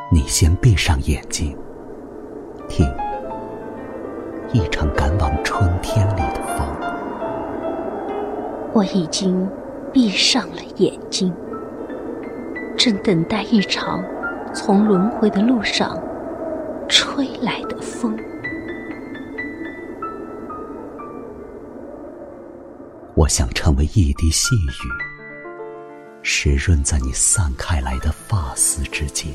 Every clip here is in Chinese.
你先闭上眼睛，听一场赶往春天里的风。 我已经闭上了眼睛，正等待一场从轮回的路上吹来的风。 我想成为一滴细雨，湿润在你散开来的发丝之间。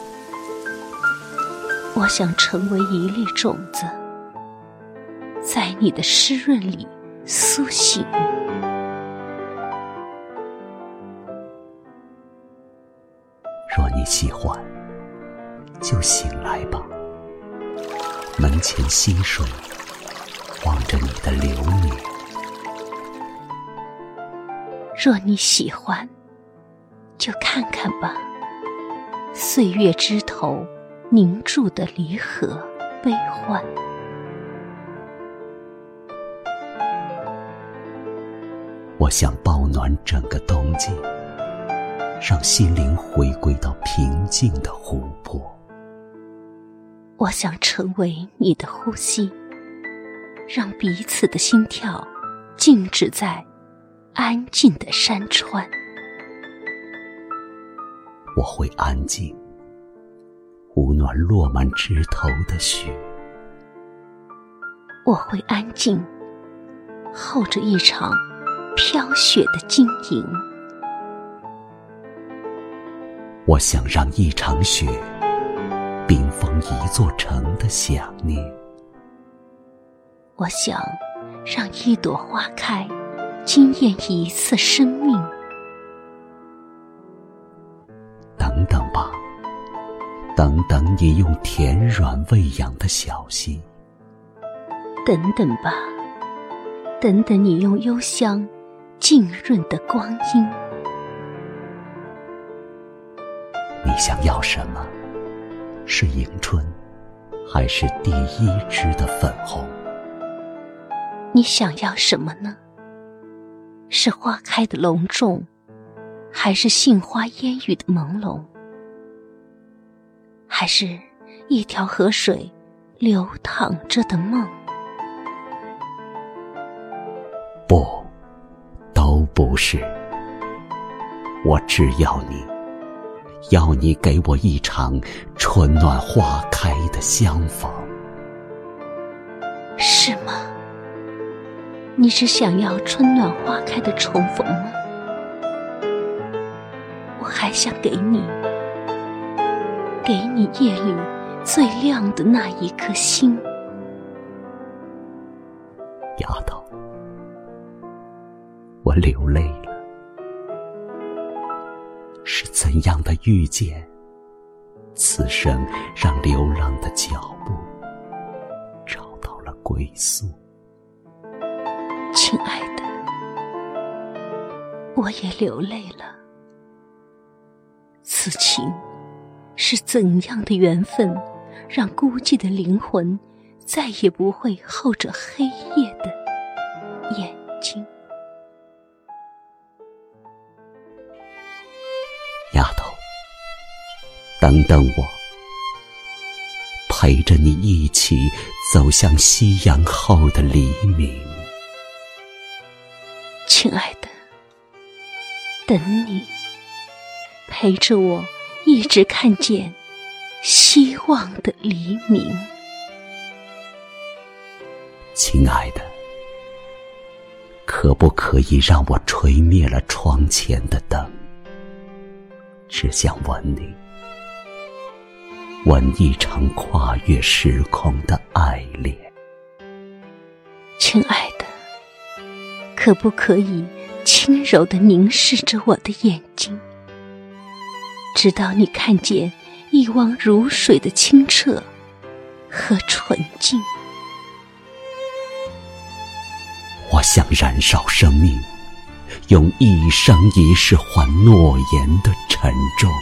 我想成为一粒种子，在你的湿润里苏醒。 若你喜欢，就醒来吧。门前溪水望着你的流年。 若你喜欢，就看看吧。岁月枝头凝住的离合悲欢。 我想抱暖整个冬季，让心灵回归到平静的湖泊。 我想成为你的呼吸，让彼此的心跳静止在安静的山川。 我会安静，捂暖落满枝头的雪。 我会安静，候着一场飘雪的晶莹。 我想让一场雪冰封一座城的想念。 我想让一朵花开，惊艳一次生命。 等等吧，等等你用甜软喂养的小溪。 等等吧，等等你用幽香浸润的光阴。 你想要什么？是迎春，还是第一枝的粉红？ 你想要什么呢？是花开的隆重，还是杏花烟雨的朦胧？还是一条河水流淌着的梦？ 不，都不是。我只要你，要你给我一场春暖花开的相逢。 是吗？你只想要春暖花开的重逢吗？我还想给你夜里最亮的那一颗星。 丫头，我流泪了。是怎样的遇见，此生让流浪的脚步找到了归宿？ 亲爱的，我也流泪了。此情是怎样的缘分，让孤寂的灵魂再也不会候着黑夜的眼睛。 丫头，等等我，陪着你一起走向夕阳后的黎明。 亲爱的，等你，陪着我一直看见希望的黎明。 亲爱的，可不可以让我吹灭了窗前的灯？只想吻你，吻一场跨越时空的爱恋。 亲爱的，可不可以轻柔地凝视着我的眼睛，直到你看见一汪如水的清澈和纯净。 我想燃烧生命，用一生一世还诺言的沉重。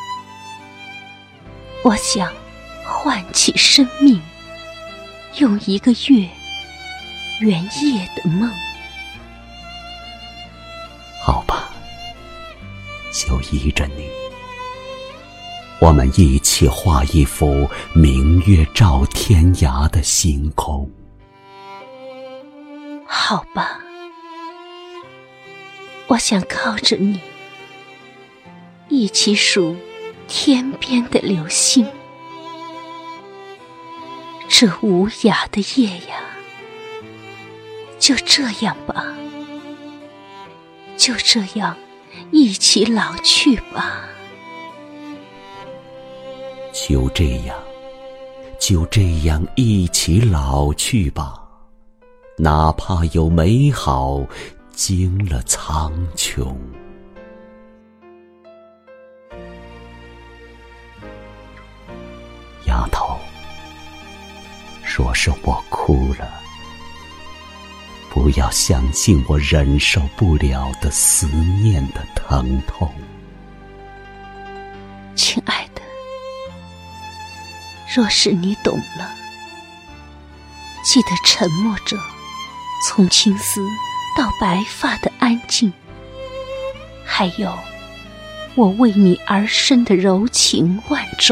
我想唤起生命，用一个月圆夜的梦。 好吧，就依着你， 我们一起画一幅明月照天涯的星空。 好吧，我想靠着你，一起数天边的流星。这无涯的夜呀，就这样吧，就这样一起老去吧。 就这样，就这样一起老去吧，哪怕有美好经了苍穹。丫头，若是我哭了，不要相信我忍受不了的思念的疼痛。 亲爱的，若是你懂了，记得沉默着，从青丝到白发的安静，还有我为你而生的柔情万种。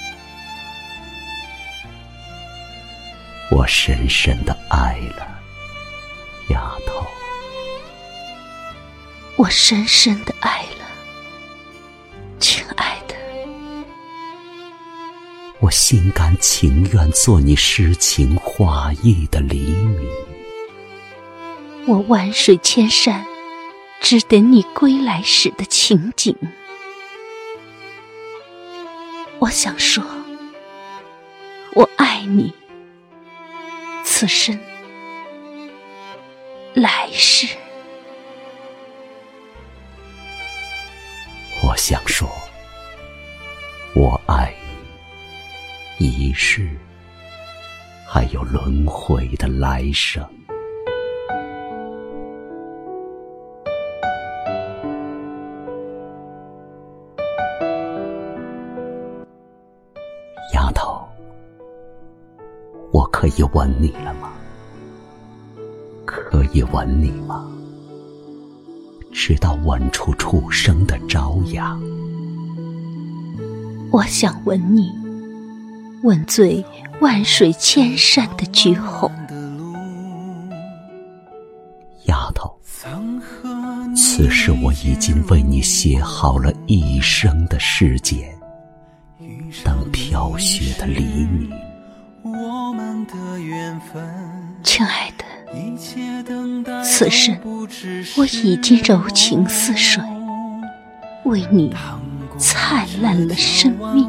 我深深地爱了，丫头。 我深深地爱了，亲爱的。 我心甘情愿做你诗情画意的黎明。 我万水千山，只等你归来时的情景。我想说，我爱你，此生来世。 我想说，我爱你，一世还有轮回的来生。丫头，我可以吻你了吗？可以吻你吗？直到吻出初生的朝阳。 我想吻你，吻醉万水千山的橘红。 丫头，此时我已经为你写好了一生的事件，等飘雪的黎明。 亲爱的，此生我已经柔情似水，为你灿烂了生命。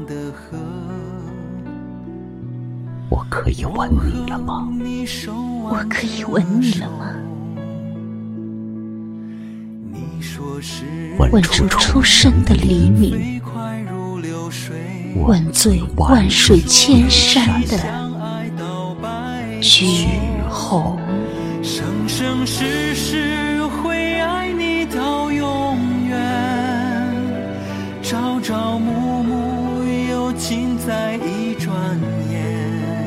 我可以吻你了吗？ 我可以吻你了吗？吻出初生的黎明，吻醉万水千山的橘红。 生生世世会爱你到永远，朝朝暮暮又尽在一转眼，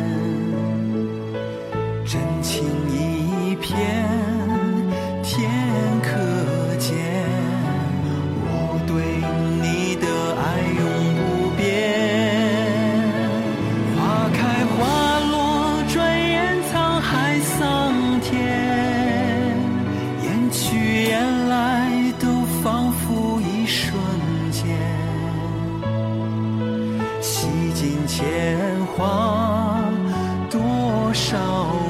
真情一片天可见，我对你的爱永不变。花开花落，转眼沧海桑田，雁去雁来都仿佛一瞬间，洗尽铅华多少